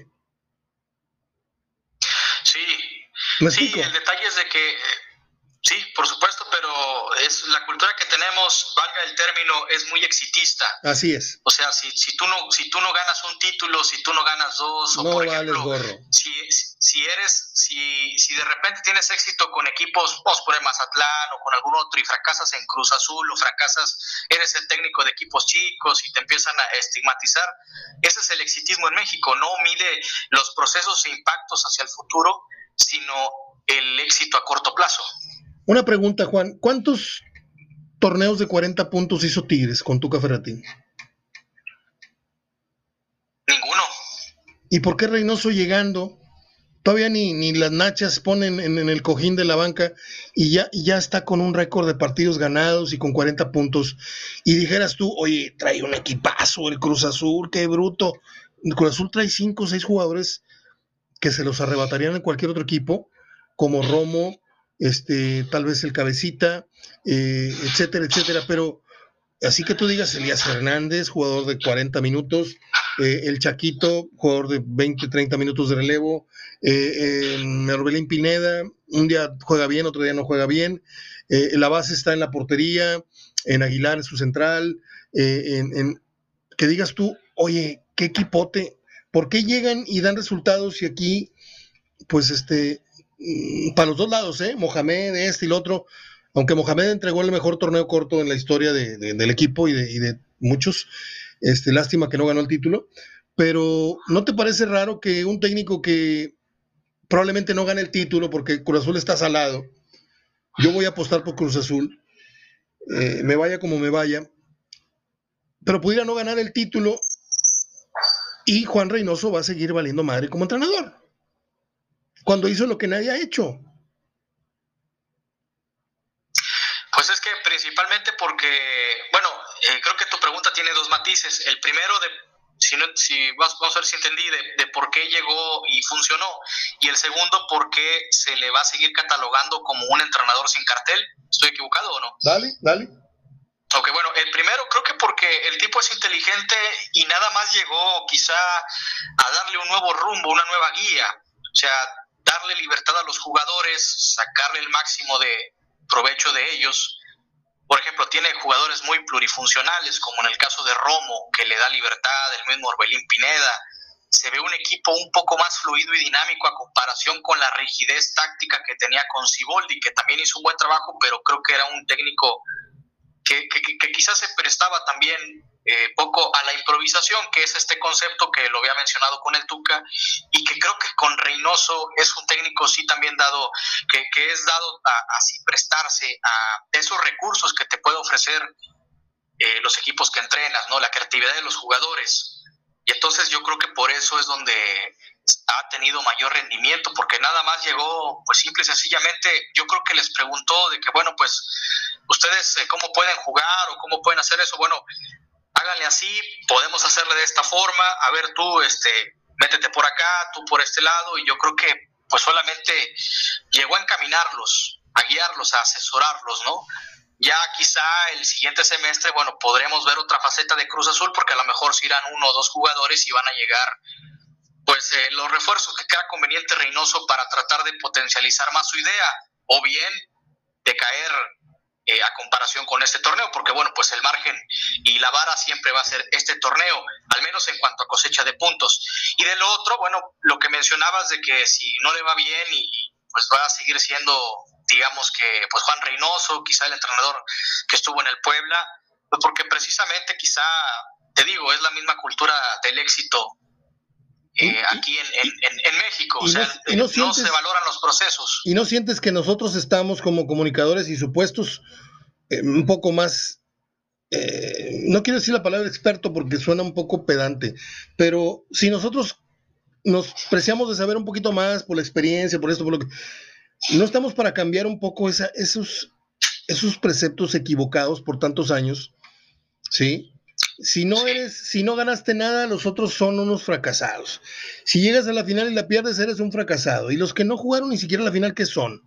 Sí. ¿Me sí, explico? el detalle es de que. Eh, Sí, por supuesto, pero es la cultura que tenemos, valga el término, es muy exitista. Así es. O sea, si, si tú no si tú no ganas un título, si tú no ganas dos, o no por vales ejemplo, gorro. si si eres si si de repente tienes éxito con equipos, vamos por el Mazatlán o con algún otro y fracasas en Cruz Azul o fracasas, eres el técnico de equipos chicos y te empiezan a estigmatizar, ese es el exitismo en México, no mide los procesos e impactos hacia el futuro, sino el éxito a corto plazo. Una pregunta, Juan, ¿cuántos torneos de cuarenta puntos hizo Tigres con Tuca Ferretti? Ninguno. ¿Y por qué Reynoso llegando, todavía ni, ni las nachas ponen en, en el cojín de la banca y ya, y ya está con un récord de partidos ganados y con cuarenta puntos? Y dijeras tú, oye, trae un equipazo el Cruz Azul, qué bruto. El Cruz Azul trae cinco o seis jugadores que se los arrebatarían en cualquier otro equipo, como Romo, este, tal vez el Cabecita, eh, etcétera, etcétera, pero así que tú digas Elías Fernández, jugador de cuarenta minutos, eh, el Chaquito, jugador de veinte, treinta minutos de relevo, eh, eh, Orbelín Pineda, un día juega bien, otro día no juega bien, eh, la base está en la portería, en Aguilar, en su central, eh, en, en, que digas tú, oye, qué equipote, ¿por qué llegan y dan resultados y aquí, pues este, para los dos lados, ¿eh? Mohamed, este y el otro, aunque Mohamed entregó el mejor torneo corto en la historia de, de, del equipo y de, y de muchos, este, lástima que no ganó el título, pero ¿no te parece raro que un técnico que probablemente no gane el título porque Cruz Azul está salado, yo voy a apostar por Cruz Azul, eh, me vaya como me vaya, pero pudiera no ganar el título y Juan Reynoso va a seguir valiendo madre como entrenador, cuando hizo lo que nadie ha hecho? Pues es que principalmente porque, bueno, pregunta tiene dos matices. El primero, de si, no, si vamos a ver si entendí, de, de por qué llegó y funcionó. Y el segundo, por qué se le va a seguir catalogando como un entrenador sin cartel. ¿Estoy equivocado o no? Dale, dale. Ok, bueno, el primero creo que porque el tipo es inteligente y nada más llegó quizá a darle un nuevo rumbo, una nueva guía. O sea, darle libertad a los jugadores, sacarle el máximo de provecho de ellos. Por ejemplo, tiene jugadores muy plurifuncionales, como en el caso de Romo, que le da libertad, el mismo Orbelín Pineda. Se ve un equipo un poco más fluido y dinámico a comparación con la rigidez táctica que tenía con Siboldi, que también hizo un buen trabajo, pero creo que era un técnico que, que, que quizás se prestaba también eh, poco a la improvisación, que es este concepto que lo había mencionado con el Tuca, y que creo que con Reynoso es un técnico sí también dado, que, que es dado a, a sí prestarse a esos recursos que te puede ofrecer eh, los equipos que entrenas, ¿no? La creatividad de los jugadores. Y entonces yo creo que por eso es donde ha tenido mayor rendimiento, porque nada más llegó, pues simple y sencillamente, yo creo que les preguntó de que, bueno, pues, ustedes eh, cómo pueden jugar o cómo pueden hacer eso. Bueno, háganle así, podemos hacerle de esta forma, a ver tú, este, métete por acá, tú por este lado, y yo creo que, pues, solamente llegó a encaminarlos, a guiarlos, a asesorarlos, ¿no? Ya quizá el siguiente semestre, bueno, podremos ver otra faceta de Cruz Azul, porque a lo mejor se irán uno o dos jugadores y van a llegar, pues, eh, los refuerzos que crea conveniente Reynoso para tratar de potencializar más su idea, o bien de caer eh, a comparación con este torneo, porque, bueno, pues el margen y la vara siempre va a ser este torneo, al menos en cuanto a cosecha de puntos. Y de lo otro, bueno, lo que mencionabas de que si no le va bien y pues va a seguir siendo, digamos que, pues Juan Reynoso, quizá el entrenador que estuvo en el Puebla, pues porque precisamente quizá, te digo, es la misma cultura del éxito eh, aquí en, en, en, en México, o sea, no, y no, sientes, no se valoran los procesos. ¿Y no sientes que nosotros estamos como comunicadores y supuestos eh, un poco más, eh, no quiero decir la palabra experto porque suena un poco pedante, pero si nosotros nos preciamos de saber un poquito más por la experiencia, por esto, por lo que... No estamos para cambiar un poco esa, esos, esos preceptos equivocados por tantos años, ¿sí? Si no eres, si no ganaste nada, los otros son unos fracasados. Si llegas a la final y la pierdes, eres un fracasado. Y los que no jugaron ni siquiera la final, ¿qué son?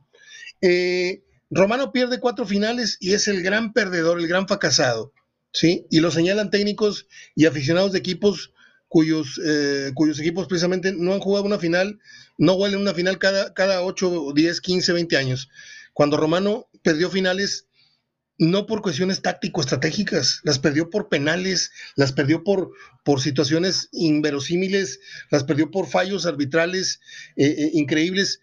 Eh, Romano pierde cuatro finales y es el gran perdedor, el gran fracasado, ¿sí? Y lo señalan técnicos y aficionados de equipos cuyos, eh, cuyos equipos precisamente no han jugado una final, no huelen una final cada, cada ocho, diez, quince, veinte años. Cuando Romano perdió finales, no por cuestiones táctico-estratégicas, las perdió por penales, las perdió por, por situaciones inverosímiles, las perdió por fallos arbitrales eh, eh, increíbles.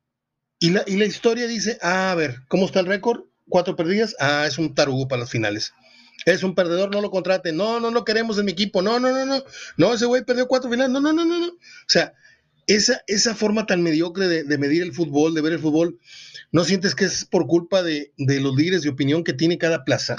Y la, y la historia dice, ah, a ver, ¿cómo está el récord? Cuatro perdidas, ah, es un tarugo para las finales. Es un perdedor, no lo contraten, no, no lo queremos en mi equipo, no, no, no, no, no, ese güey perdió cuatro finales, no, no, no, no, no. O sea, esa, esa forma tan mediocre de, de medir el fútbol, de ver el fútbol, ¿no sientes que es por culpa de, de los líderes de opinión que tiene cada plaza?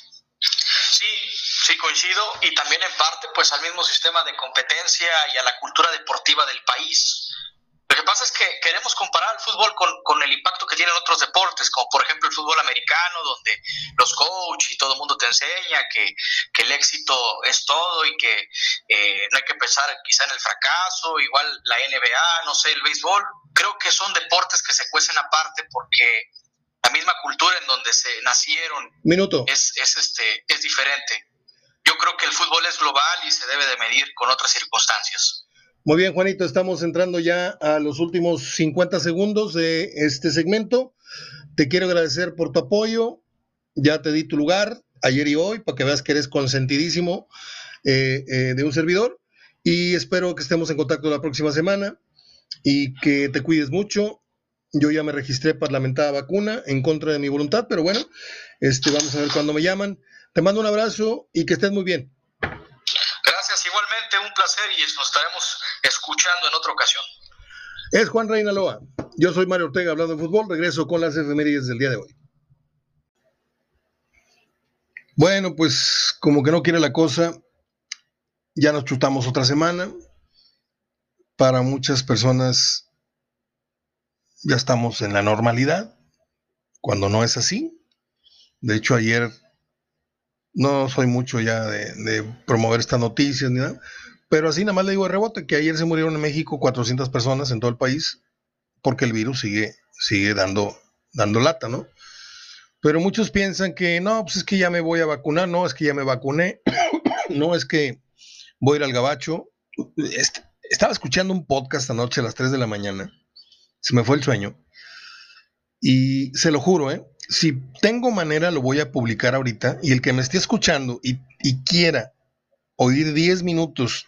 Sí, sí, coincido, y también en parte pues al mismo sistema de competencia y a la cultura deportiva del país. Lo que pasa es que queremos comparar el fútbol con, con el impacto que tienen otros deportes, como por ejemplo el fútbol americano, donde los coaches y todo el mundo te enseña que, que el éxito es todo y que eh, no hay que pensar quizá en el fracaso, igual la N B A, no sé, el béisbol. Creo que son deportes que se cuecen aparte porque la misma cultura en donde se nacieron Minuto. Es, es, este, es diferente. Yo creo que el fútbol es global y se debe de medir con otras circunstancias. Muy bien, Juanito, estamos entrando ya a los últimos cincuenta segundos de este segmento. Te quiero agradecer por tu apoyo. Ya te di tu lugar ayer y hoy para que veas que eres consentidísimo eh, eh, de un servidor. Y espero que estemos en contacto la próxima semana y que te cuides mucho. Yo ya me registré para la mentada vacuna en contra de mi voluntad, pero bueno, este, vamos a ver cuándo me llaman. Te mando un abrazo y que estés muy bien. Gracias, igualmente, un placer y nos estaremos escuchando en otra ocasión. Es Juan Reynaloa. Yo soy Mario Ortega hablando de fútbol. Regreso con las efemérides del día de hoy. Bueno, pues como que no quiere la cosa, ya nos chutamos otra semana. Para muchas personas ya estamos en la normalidad, cuando no es así. De hecho, ayer no soy mucho ya de, de promover estas noticias ni nada, pero así nada más le digo de rebote que ayer se murieron en México cuatrocientas personas en todo el país porque el virus sigue, sigue dando, dando lata, ¿no? Pero muchos piensan que no, pues es que ya me voy a vacunar, no, es que ya me vacuné, no, es que voy a ir al gabacho. Est- estaba escuchando un podcast anoche a las tres de la mañana, se me fue el sueño, y se lo juro, ¿eh? Si tengo manera lo voy a publicar ahorita, y el que me esté escuchando y, y quiera oír diez minutos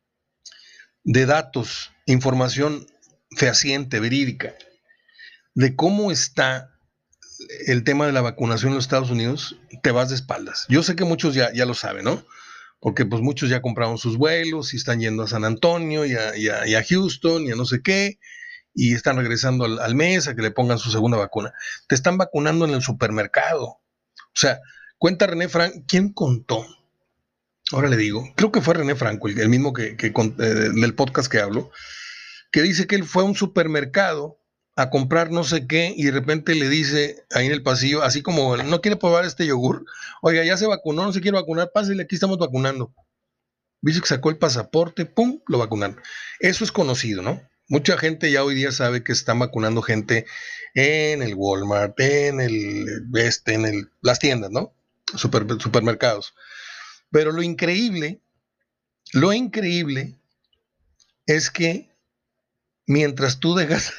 de datos, información fehaciente, verídica, de cómo está el tema de la vacunación en los Estados Unidos, te vas de espaldas. Yo sé que muchos ya, ya lo saben, ¿no? Porque pues muchos ya compraron sus vuelos y están yendo a San Antonio y a, y a, y a Houston y a no sé qué, y están regresando al, al mes a que le pongan su segunda vacuna. Te están vacunando en el supermercado. O sea, cuenta René Franco, ¿quién contó? Ahora le digo, creo que fue René Franco, el, el mismo que, que eh, del podcast que hablo, que dice que él fue a un supermercado a comprar no sé qué y de repente le dice ahí en el pasillo, así como, no quiere probar este yogur, oiga, ya se vacunó, no se quiere vacunar, pásale, aquí estamos vacunando. Dice que sacó el pasaporte, pum, lo vacunaron. Eso es conocido, ¿no? Mucha gente ya hoy día sabe que están vacunando gente en el Walmart, en el este, en el, las tiendas, ¿no? Super, supermercados. Pero lo increíble, lo increíble es que mientras tú dejas,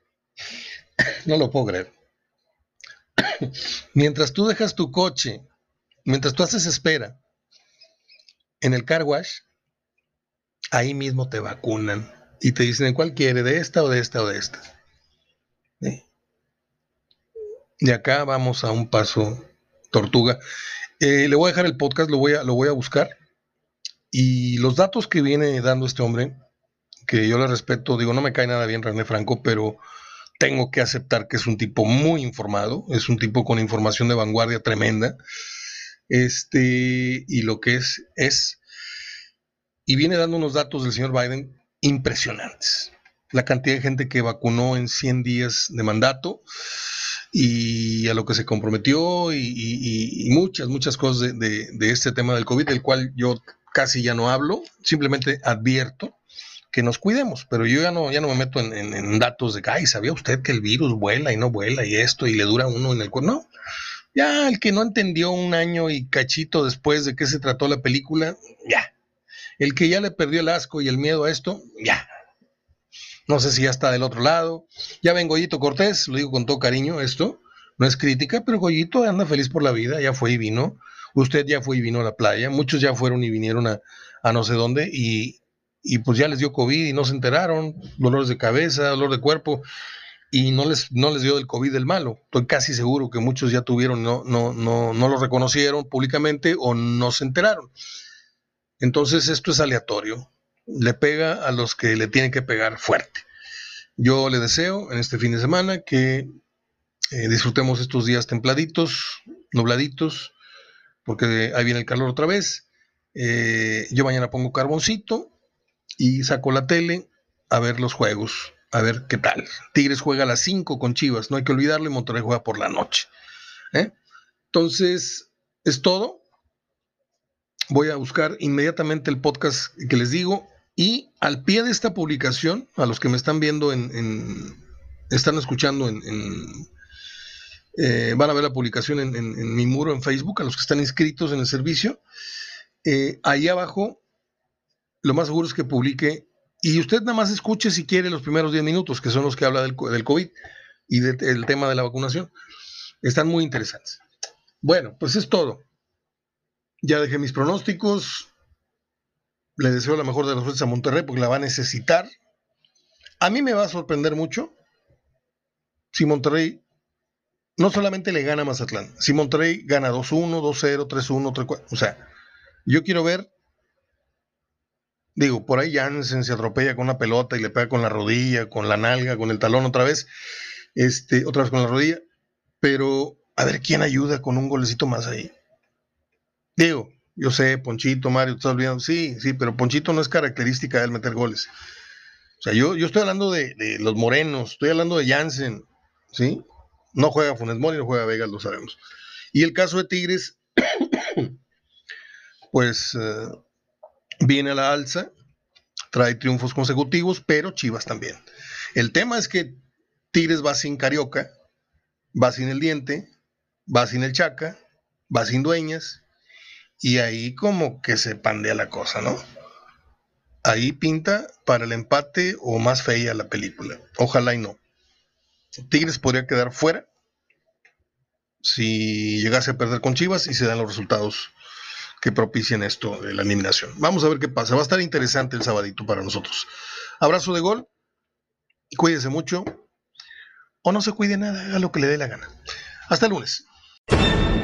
no lo puedo creer, mientras tú dejas tu coche, mientras tú haces espera en el car wash, ahí mismo te vacunan y te dicen cuál quiere, de esta o de esta o de esta. ¿Sí? De acá vamos a un paso tortuga. Eh, le voy a dejar el podcast, lo voy a, lo voy a buscar. Y los datos que viene dando este hombre, que yo le respeto, digo, no me cae nada bien René Franco, pero tengo que aceptar que es un tipo muy informado, es un tipo con información de vanguardia tremenda. Este, y lo que es, es, y viene dando unos datos del señor Biden impresionantes. La cantidad de gente que vacunó en cien días de mandato y a lo que se comprometió y, y, y muchas, muchas cosas de, de, de este tema del COVID, del cual yo casi ya no hablo, simplemente advierto que nos cuidemos, pero yo ya no, ya no me meto en, en, en datos de que, ay, ¿sabía usted que el virus vuela y no vuela y esto y le dura uno en el cuerpo? No, ya el que no entendió un año y cachito después de qué se trató la película, ya. El que ya le perdió el asco y el miedo a esto, ya. No sé si ya está del otro lado. Ya ven Goyito Cortés, lo digo con todo cariño, esto no es crítica, pero Goyito anda feliz por la vida, ya fue y vino. Usted ya fue y vino a la playa, muchos ya fueron y vinieron a, a no sé dónde y, y pues ya les dio COVID y no se enteraron, dolores de cabeza, dolor de cuerpo, y no les, no les dio del COVID del malo. Estoy casi seguro que muchos ya tuvieron, no, no, no, no lo reconocieron públicamente o no se enteraron. Entonces esto es aleatorio, le pega a los que le tienen que pegar fuerte. Yo le deseo en este fin de semana que eh, disfrutemos estos días templaditos, nubladitos, porque ahí viene el calor otra vez. Eh, yo mañana pongo carboncito y saco la tele a ver los juegos, a ver qué tal. Tigres juega a las cinco con Chivas, no hay que olvidarlo, y Monterrey juega por la noche. ¿eh? Entonces, es todo. Voy a buscar inmediatamente el podcast que les digo y al pie de esta publicación, a los que me están viendo en, en están escuchando en, en eh, van a ver la publicación en, en, en mi muro en Facebook, a los que están inscritos en el servicio, eh, ahí abajo lo más seguro es que publique y usted nada más escuche si quiere los primeros diez minutos, que son los que habla del, del COVID y de, del tema de la vacunación. Están muy interesantes. Bueno, pues es todo. Ya dejé mis pronósticos. Le deseo la mejor de las suertes a Monterrey porque la va a necesitar. A mí me va a sorprender mucho si Monterrey no solamente le gana a Mazatlán, si Monterrey gana dos uno, dos cero, tres uno, tres cuatro. O sea, yo quiero ver, digo, por ahí Jansen se atropella con una pelota y le pega con la rodilla, con la nalga, con el talón otra vez, este, otra vez con la rodilla, pero a ver quién ayuda con un golecito más ahí. Digo, yo sé, Ponchito, Mario, ¿te estás olvidando? Sí, sí, pero Ponchito no es característica de él meter goles. O sea, yo, yo estoy hablando de, de los morenos, estoy hablando de Jansen, ¿sí? No juega Funes Mori, no juega Vegas, lo sabemos. Y el caso de Tigres, pues eh, viene a la alza, trae triunfos consecutivos, pero Chivas también. El tema es que Tigres va sin Carioca, va sin el Diente, va sin el Chaca, va sin Dueñas, y ahí como que se pandea la cosa, ¿no? Ahí pinta para el empate o más fea la película. Ojalá y no. Tigres podría quedar fuera si llegase a perder con Chivas y se dan los resultados que propicien esto de la eliminación. Vamos a ver qué pasa. Va a estar interesante el sabadito para nosotros. Abrazo de gol. Cuídese mucho. O no se cuide nada, haga lo que le dé la gana. Hasta el lunes.